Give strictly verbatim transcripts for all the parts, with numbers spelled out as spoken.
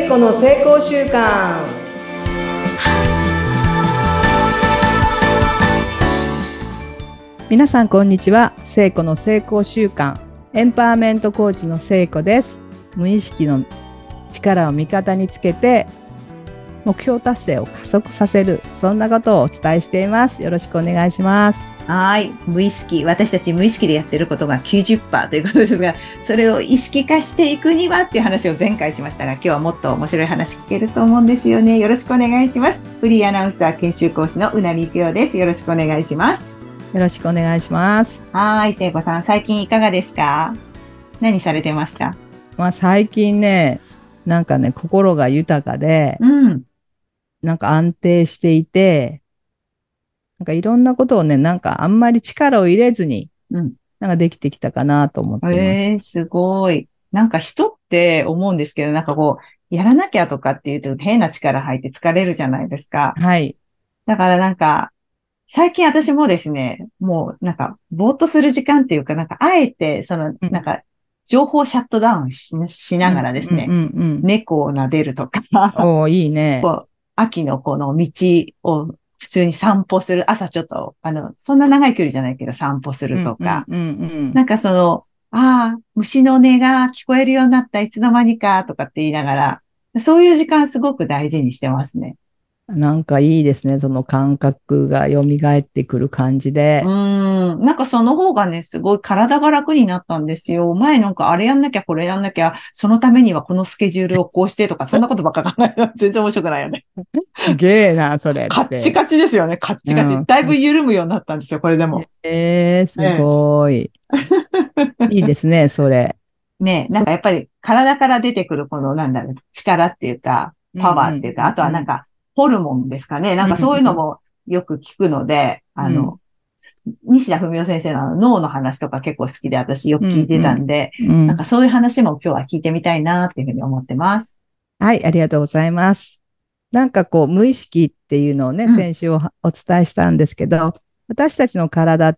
子の成功習慣。 皆さんこんにちは。聖子の成功習慣エンパワーメントコーチの聖子です。無意識の力を味方につけて目標達成を加速させる、そんなことをお伝えしています。よろしくお願いします。 はい。無意識、私たち無意識でやってることが きゅうじゅっパーセント ということですが、それを意識化していくにはっていう話を前回しましたが、今日はもっと面白い話聞けると思うんですよね。よろしくお願いします。フリーアナウンサー研修講師のうなみいくよです。よろしくお願いします。 よろしくお願いします。 はい。聖子さん、最近いかがですか？何されてますか？ まあ、最近ね、なんかね、心が豊かで、 うん。 なんか安定していて、なんかいろんなことをね、なんかあんまり力を入れずに、 うん。 なんかできてきたかなと思ってます。 ええ、すごい。なんか人って思うんですけど、なんかこう、やらなきゃとかっていうと変な力入って疲れるじゃないですか。 はい。 だからなんか、最近私もですね、もうなんか、ぼーっとする時間っていうか、なんか、あえて、その、 うん、 なんか、情報シャットダウンし、しながうん、うん、 らですね、 うん。うん。 猫を撫でるとか、 おー、いいね。 こう、秋のこの道を普通に散歩する、朝ちょっと、あの、そんな長い距離じゃないけど散歩すうん、うん、 るとか、 うん、うん。 なんかその、ああ、虫の音が聞こえるようになった、いつの間にか、とかって言いながら、そういう時間すごく大事にしてますね。 なんかいいですね。その感覚が蘇ってくる感じうで。 ーん。なんかその方がね、すごい体が楽になったんですよ。前なんかあれやんなきゃこれやんなきゃ、そのためにはこのスケジュールをこうしてとか、そんなことばっか考える。全然面白くないよね。 すげえな、それっカッチて。 カチですよね。カッチカチ。 うん。 だいぶか緩むようになったんですよ。これでも。 えー、すええ。 ごい。いいですね、それ。 ねえ、なんかやっぱり体から出てくるこのなんだろう、力っていうか、 うん、 パワーうん、 っていうか、あとうん、 はなんかホルモンですかね。なうん。 んかそういうのうん、 もよく聞くので、あの、 うん、 西田文夫先生のあの脳の話とか結構好きで私ようん、 く聞いてうん。 たんで、 うん。 なんかそういう話も今日は聞いてみたいなっていうふうに思ってます。 はい、ありがとうございます。なんかこう、無意識っていうのをね、 うん、 先週おお伝えしたんですけど、私たちの体って、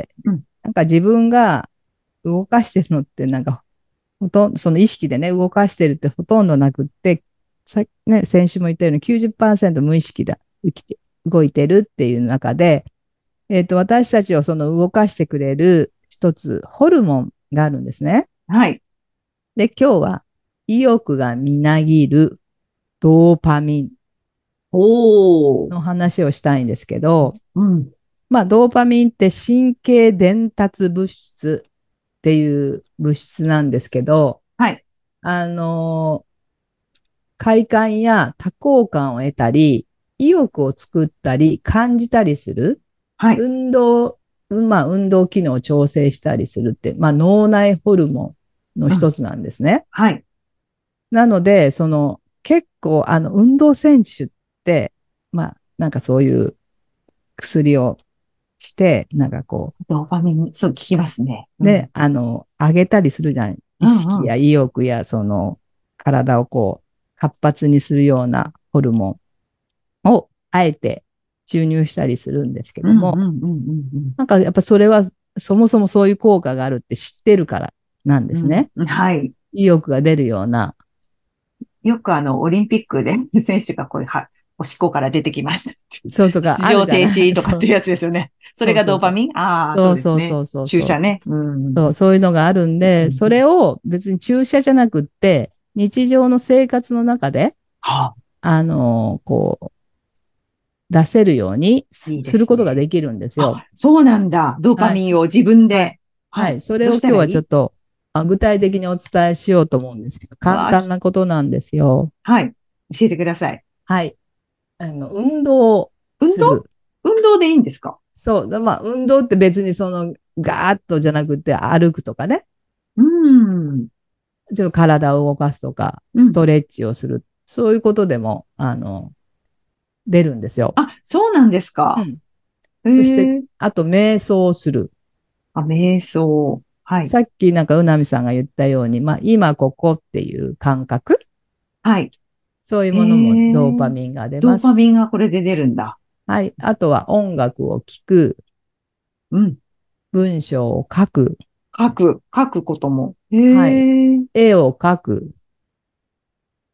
うん、 なんか自分が動かしてるのってなんかほとんど、その意識でね、動かしてるってほとんどなくって、さね、先週も言ったようにきゅうじゅっパーセント無意識で生きて動いてるっていう中で、えっと、私たちをその動かしてくれる一つホルモンがあるんですね。 はい。 で、今日は意欲がみなぎるドーパミンおー。 の話をしたいんですけど、 うん。 まあ、ドーパミンって神経伝達物質っていう物質なんですけど、 はい。 あの快感や多幸感を得たり、意欲を作ったり、感じたりする、 はい。 運動、まあ、運動機能を調整したりするって、まあ、脳内ホルモンのうん。 一つなんですね。 はい。 なので、その、結構、あの、運動選手って、まあ、なんかそういう薬をして、なんかこドーパミン、そう聞きますね。 う、 うん。 ね、あの、上げたりするじゃん。意うんうん。 識や意欲や、その、体をこう、活発にするようなホルモンをあえて注入したりするんですけうんうんども、 うんなんかやっぱそれはそもそもそういう効果があるって知ってるからなんでうんうん。 すね。 うん。はい。 意欲が出るような。 よくあの、オリンピックで選手がこういうは、おしっこから出てきました。 そうとかある出場じゃない。 停止とそうかっていうやつですよね。それがそうそうそう。 ドーパミン。ああー、そうそうですね。 そうそうそうそう。 注射ね。うん。うんそう、そういうのがあるんで、それを別に注射じゃなくって、日常の生活の中で、 はあ、 あのこう、出せるようにすいいですることがすね。 できるんですよ。 あ、そうなんだ。ドーパはい。 ミンを自分はい。 で。はい。 はい。それどうを今日したらいい？ はちょっとあ具体的にお伝えしようと思うんですけど、簡わあ、き単なことなんですよ。 はい。教えてください。 はい。あの、運動を運動する。 運動でいいんですか？ そう。まあ、運動って別にその、ガーッとじゃなくて歩くとかね。 うーん。 ちょっと体を動かすとか、 うん。 ストレッチをする。そういうことでも、あの、出るんですよ。 あ、そうなんですか。 うん。 へそして、 え。 あと、瞑想をする。 あ、瞑想。はい。 さっきなんかうなみさんが言ったように、まあ、今ここっていう感覚、 はい。 そういうへものもドーパえ。 ミンが出ドーパます。 ミンがこれで出るんだ。 はい。あとは音楽を聴く、 うん。 文章を書く、 書く、書くことも。へはい。 え。 絵を描く、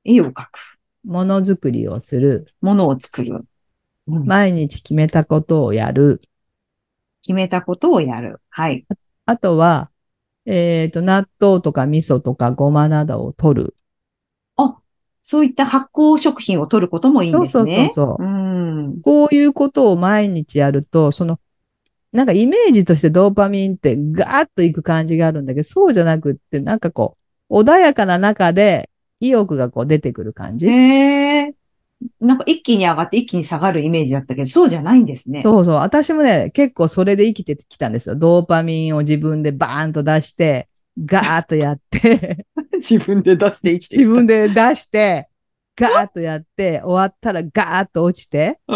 絵を描く。 ものづくりをする。 ものを作る。うん、 毎日決めたことをやる。 決めたことをやる。はい。 あとは、えっと、納豆とか味噌とかごまなどを取る。 あ、そういった発酵食品を取ることもいいんそうそうそうですね。うそう。 ん。 こういうことを毎日やると、その、なんかイメージとしてドーパミンってガーッといく感じがあるんだけど、そうじゃなくって、なんかこう、穏やかな中で意欲がこう出てくる感へじ。 え。なんか一気に上がって一気に下がるイメージだったけど、そうじゃないんですね。 そうそう。私もね、結構それで生きてきたんですよ。ドーパミンを自分でバーンと出して、ガーッとやって自分で出して生きて自きた。 分で出して、ガーッとやって、終わったらガーッと落ちて、 うん。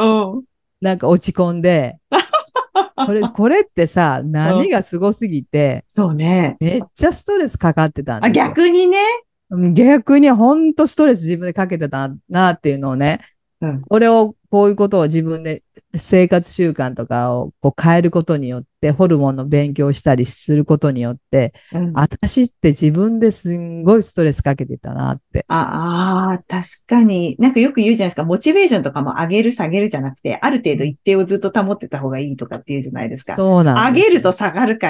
なんか落ち込んで、これ、これってさ、 うん。 波がすごすぎて、 そうね。 めっちゃストレスかかってたんあ、 ですよ。 逆にね。 逆に本当ストレス自分でかけてたなっていうのをね、 うん。 これを、こういうことを自分で生活習慣とかをこう変えることによって、ホルモンの勉強したりすることによって、 うん。 私って自分ですんごいストレスかけてたなって。 ああ、確かに。なんかよく言うじゃないですか。モチベーションとかも上げる下げるじゃなくて、ある程度一定をずっと保ってた方がいいとかっていうじゃないですか。 そうなん上げるとですよ。 下がるから、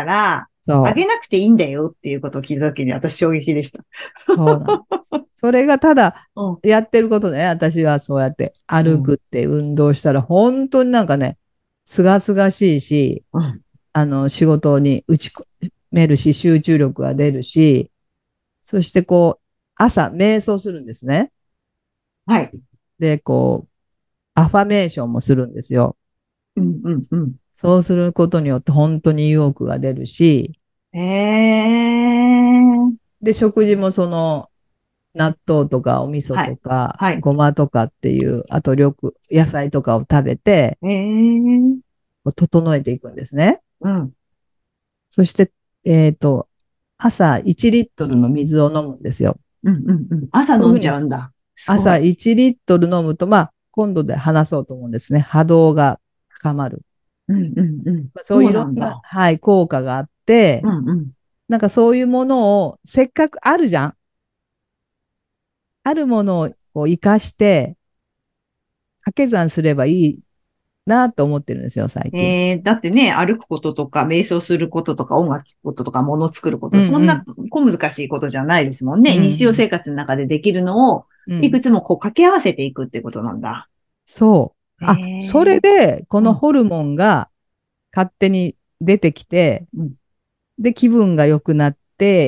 上げそう。 なくていいんだよっていうことを聞いたときに私衝撃でした。 そうなんです。それがただうん。 やってることね、私はそうやって歩くうん。 って運動したら本当になんかね、すがすがしいし、 うん。 あの仕事に打ち込めるし、集中力が出るし、そしてこう、朝瞑想するんですね。 はい。 で、こう、アファメーションもするんですよ。 うん、うん、うん。 そうすることによって本当に意欲が出るし、 ええ。 で、食事もその納豆とかお味噌はい。 とかはい。 ごまとかっていう、あと緑、野菜とかを食べて、 ええ。 こう整えていくんですね。 うん。 そして、えっと、朝いちリットルの水を飲むんですよ。 うん、うん、うん。朝飲んそういうふうにじゃうんだ。すご朝い。 いちリットル飲むと、まあ、今度で話そうと思うんですね。波動が高まる。 うん、うん、うん。 まあそうそういういろんな、 なんだ。 はい、効果があって、 うん、うん。 なんかそういうものを、せっかくあるじゃん。あるものをこう生かして、掛け算すればいいなと思ってるんですよ、最近。 えー、だってね、歩くこととか、瞑想することとか、音楽聴くこととか、物作るこうと、そんなんうん。 小難しいことじゃないですもんね。日常うん。 生活の中でできるのを、 うん。 いくつもこう掛け合わせていくってことなんだ。 そう。 えあ、それー、 で、こうん、 のホルモンが勝手に出てきて、 うん。 で、気分が良くなって、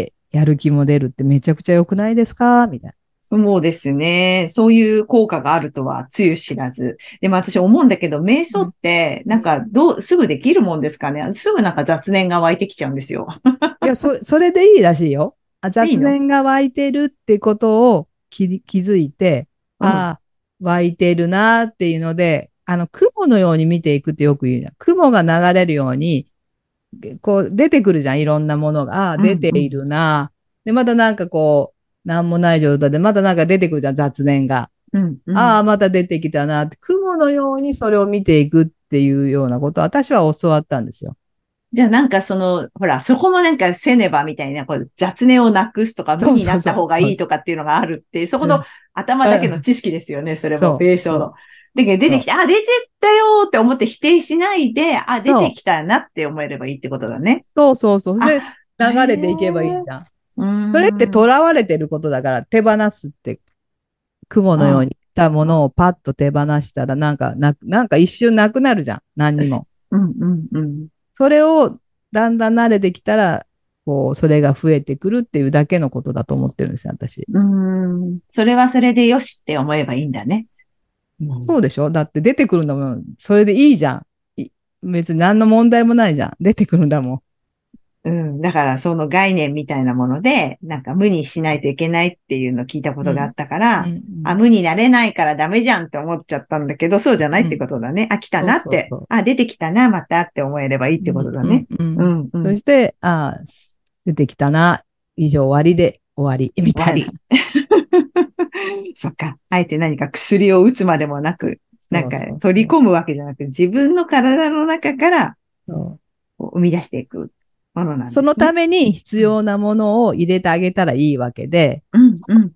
やる気も出るってめちゃくちゃ良くないですかみたいそうですね。そういう効果があるとはつゆ知らず。でも私思うんだけど、瞑な。 想っうん。 て、なんか、 うん。 どう、すぐできるもんですかね。すぐなんか雑念が湧いてきちゃうんですよ。 いや、そ、それでいいらしいよ。あ、 いいの？ 雑念が湧いてるってことを気、気づいて、 うん。 ああ、湧いてるなっていうので、あの、雲のように見ていくってよく言うじゃん。雲が流れるように、こう出てくるじゃん、いろんなものが。ああ、 うん、うん、 出ているな。で、またなんかこう、なんもない状態で、またなんか出てくるじゃん、雑念が。 うん、うん。 ああ、また出てきたなって、雲のようにそれを見ていくっていうようなことを私は教わったんですよ。 じゃあなんかその、ほら、そこもなんかせねばみたいな、こう雑念をなくすとか無になったそうそうそう、そうそう。 方がいいとかっていうのがあるって、そこのうん、 頭だけの知識ですよね、それも、 そう、 瞑想の。 そう、 だけど出そう。 てきて、あ、出てったよーって思って否定しないで、あ、出てそうきたなって思えればいいってことだね。 そうそうそう。 あ、 で、 へ流れていけばいいえ、 じゃん。 うーそれって囚ん、 われてることだから、手放すって、雲のようあ、 に来たものあ、 をパッと手放したら、なんか、な、なんか一瞬なくなるじゃん。何にも。 うん、うん、うん。 それをだんだん慣れてきたら、こう、それが増えてくるっていうだけのことだと思ってるんですよ、私。 うーん、それはそれでよしって思えばいいんだね。うん。 そうでしょ？だって出てくるんだもん。それでいいじゃん。い別に何の問題もないじゃん。出てくるんだもん。 うん。だからその概念みたいなもので、なんか無にしないといけないっていうのを聞いたことがあうん。 ったかうん。 ら、あ、 うん。 無になれないからダメじゃんって思っちゃったんだけど、そうじゃないってうん。 ことだね。あ、来たそうなって。 そうそう。 あ、出てきたな、またって思えればいいってこうん、 とだね。 うん、うん。 うん、うん。 そして、ああ、出てきたな、以上終わりで終わり、みたいな。 終わり。そっか。あえて何か薬を打つまでもなく、なんかそうそうそう。 取り込むわけじゃなく、自分の体の中からそうこう生み出していくものなんそのですね。 ために必うん、 要なものを入れてあげたらいいわけで、 うん、うん。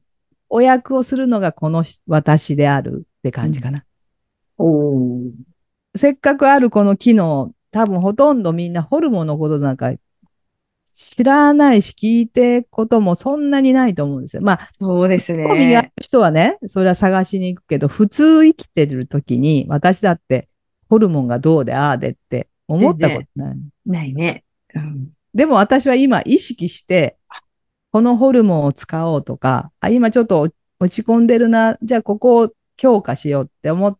お役をするのがこの私であるって感じかな。 おー。 せっかくあるこの機能、多分ほとんどみんなホルモンのことなんか知らないし聞いてこともそんなにないと思うんですよ。まあ、 そうです興味があるね。 人はね、それは探しに行くけど、普通生きてる時に私だってホルモンがどうでああでって思ったこ全然とない。 ないね。うん。 でも私は今意識して、このホルモンを使おうとか、あ、今ちょっと落ち込んでるな、じゃあここを強化しようって思って、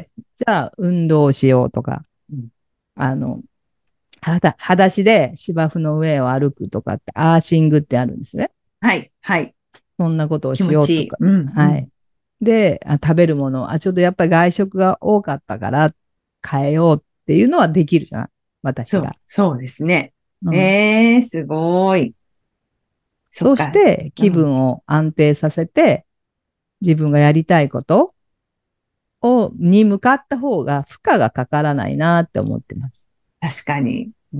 じゃあ運動をしようとか、 うん、 あの、はだ、裸足で芝生の上を歩くとかって、アーシングってあるんですね。 はい、はい。 そんなことを気し持ちいい。 ようとか。 うん、うはい。 ん。 で、あ、食べるもの、あ、ちょっとやっぱり外食が多かったから変えようっていうのはできるじゃん。 そう、 私が。 そうですね。 うん。 ええー、すごい。そっそしか。 て気うん。 分を安定させて、自分がやりたいことを、に向かった方が負荷がかからないなって思ってます。 確かに。うん。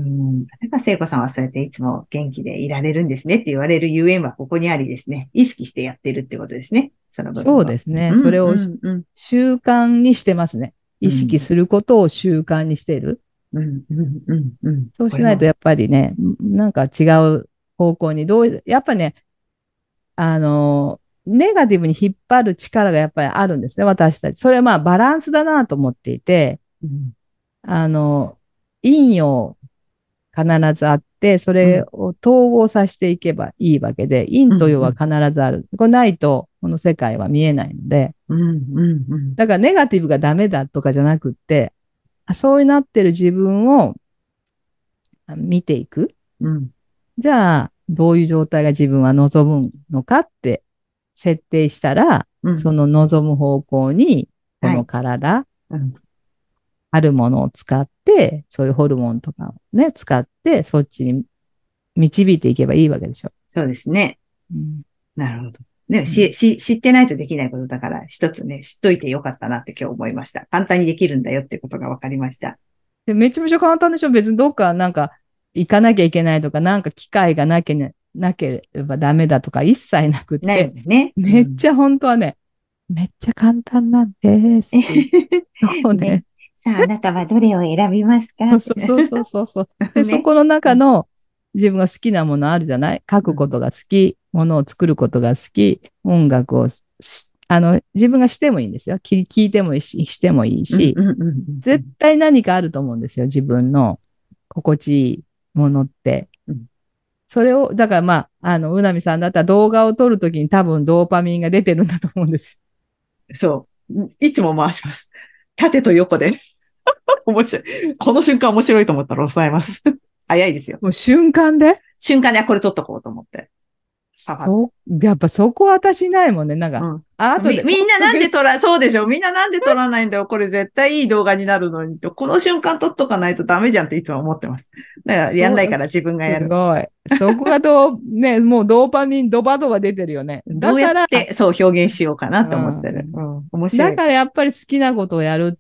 だから聖子さんはそうやっていつも元気でいられるんですねって言われるゆえんはここにありですね。意識してやってるってことですね。その部分そうを。 ですね。 うん、うそれをん、うん。 習慣にしてますね。意識うん、 することを習慣にしている。 うん、うん、うん、うん。これは、 そうしないとやっぱりね、なんか違う方向にどう、やっぱね、あの、ネガティブに引っ張る力がやっぱりあるんですね、私たち。それはまあバランスだなと思っていて、 うん、 あの、陰陽必ずあって、そうん、 れを統合させていけばいいわけで、陰うん、 と陽はうん、 必ずある。これないと、この世界は見えないので、 うん、うん、うん、 だからネガティブがダメだとかじゃなくって、そうなってる自分を見ていく。 うん、 じゃあ、どういう状態が自分は望むのかって設定したら、 うん。 その望む方向に、このはい。 体、 うん。 あるものを使って、そういうホルモンとかをね、使って、そっちに導いていけばいいわけでしょ。 そうですね。 うん。 なるほど。でもし、 うん。 し、知ってないとできないことだから、一つね、知っといてよかったなって今日思いました。簡単にできるんだよってことが分かりました。 で、めちゃめちゃ簡単でしょ。別にどっかなんか行かなきゃいけないとか、なんか機会がなければ、なければダメだとか一切なくっないて、 もんね。うん。 めっちゃ本当はね、めっちゃ簡単なんですっていうのをね。 ね、 さあ、あなたはどれを選びますかそうって。 そうそうそうそうそう。で、そね。 このうん。 中の自分が好きなものあるじゃない。書うん。 くことが好き、ものを作ることが好き、音楽をし、あの、自分がしてもいいんですよ。聞聞いてもいいし、してもいいうん。 し、 うん。うん。う絶ん。 対何かあると思うんですよ。自分の心地いいものって。 うん。 それを、だからまあ、あの、うなみさんだったら動画を撮るときに多分ドーパミンが出てるんだと思うんですそう。いつも回します。縦と横で。面白い。この瞬間面白いと思ったら抑えます。早いですよ。 よ。もう瞬間で瞬間で、あこれ取っとこうと思って。パパッ。 そう、やっぱそこ私ないもんね。なんか、 うん。 あ後み、 で撮っみんなとけ。 なんで撮ら、そうでしょみんななんで撮らないんだよこれ絶対いい動画になるのにと。この瞬間撮っとかないとダメじゃんっていつも思ってます。だからやんそう、 ないから自分すがやる。 ごい。そこがどう、ね、もうドーパミン、ドバドバ出てるよね。 どうやっだから、 てそう表現しようかなって思ってる。ううん。 ん。面白い。 だからやっぱり好きなことをやるって、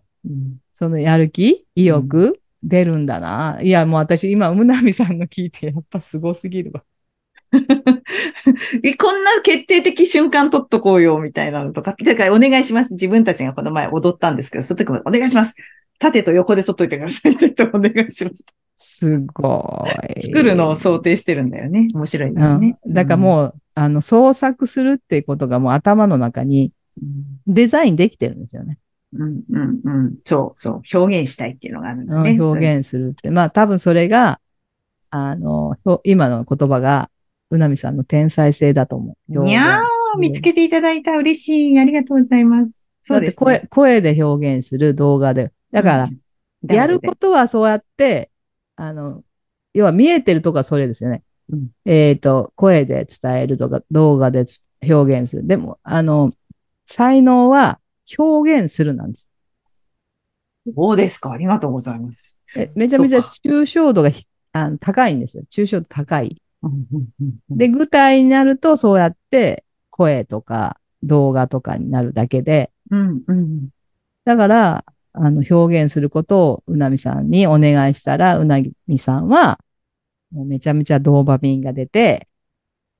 うん。 そのやる気、意うん。 欲、出るんだな。いや、もう私、今、うなみさんの聞いて、やっぱすごすぎるわ。 えこんな決定的瞬間撮っとこうよ、みたいなのとか。だからお願いします。自分たちがこの前踊ったんですけど、その時もお願いします。縦と横で撮っといてくださいって言ってお願いしました。 すご作るのを想い。 定してるんだよね。面白いでうん。 すね。うだからん。 もう、あの、創作するっていうことがもう頭の中にうん、 デザインできてるんですよね。 うん、うん、うん。そう、そう。表現したいっていうのがあるんだうん、 ね。そういう。 表現するって。まあ多分それが、あの、ひょ今の言葉が、うなみさんの天才性だと思う。 にゃ表現すー、見つる。 けていただいた。嬉しい。ありがとうございます。そだって声、 うですね。 声で表現する動画で。だうん。 から、やるこダブルで。 とはそうやって、あの、要は見えてるとこはそれですよね。 うん。 えっと、声で伝えるとか、動画で表現する。でも、あの、才能は表現するなんです。 そうですか。ありがとうございます。 え、めちゃめちゃそうか。 抽象度がひあの高いんですよ。抽象度高い。 うん、うん、うん、うん。 で、具体になると、そうやって声とか動画とかになるだけで、 うん、うん。 だから、あの、表現することをうなみさんにお願いしたら、うなみさんは、もうめちゃめちゃドーパミンが出て、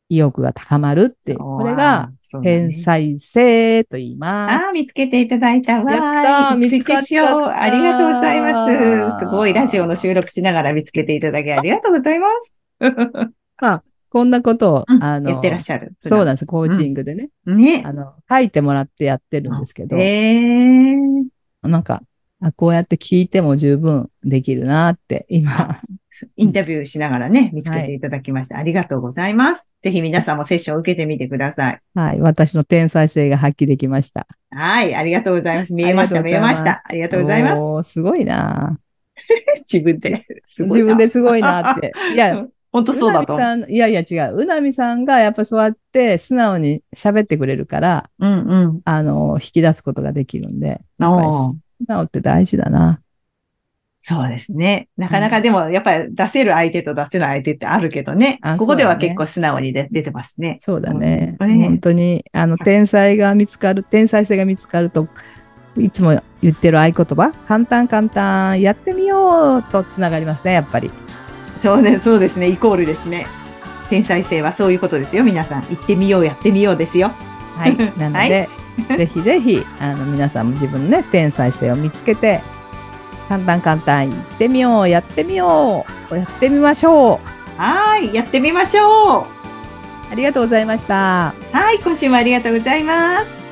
意欲が高まるっていう。これが、天才性と言います。 ああ、見つけていただいたわ。 やったー、見つかっちゃった。 ありがとうございます。すごい、ラジオの収録しながら見つけていただきありがとうございます。 まあ、こんなことを、 うん、 あの、 やってらっしゃる。 そうなんです、コーチングでね。 うん、ね。 あの、書いてもらってやってるんですけど。 ええー。 なんか、あ、こうやって聞いても十分できるなって、今。 インタビューしながらね、見つけていただきました。はい、ありがとうございます。ぜひ皆さんもセッションを受けてみてください。 はい。私の天才性が発揮できました。 はい。ありがとうございます。見えました、見えました。ありがとうございます。 おー、すごいな自分で。 すごいな。自分ですごいなって。いや、 本当そうだと。 うなみさん、いやいや違う。うなみさんがやっぱそうやって素直に喋ってくれるから、 うんうん、 あの、引き出すことができるんで、やっぱり素直って大事だな。 そうですね。なかなかでも、やっぱり出せる相手と出せない相手ってあるけどね。ここでは結構素直にで出てますね。 そうだね。うん、本当に、あの、天才が見つかる、天才性が見つかると、いつも言ってる合言葉、簡単簡単、やってみようとつながりますね、やっぱり。 そうね、そうですね。イコールですね。天才性はそういうことですよ、皆さん。行ってみよう、やってみようですよ。 はい。なので、はい、ぜひぜひ、あの、皆さんも自分のね、天才性を見つけて、簡単簡単、行ってみよう、やってみよう、やってみましょう。はい、やってみましょう。 ありがとうございました。 はい、今週もありがとうございます。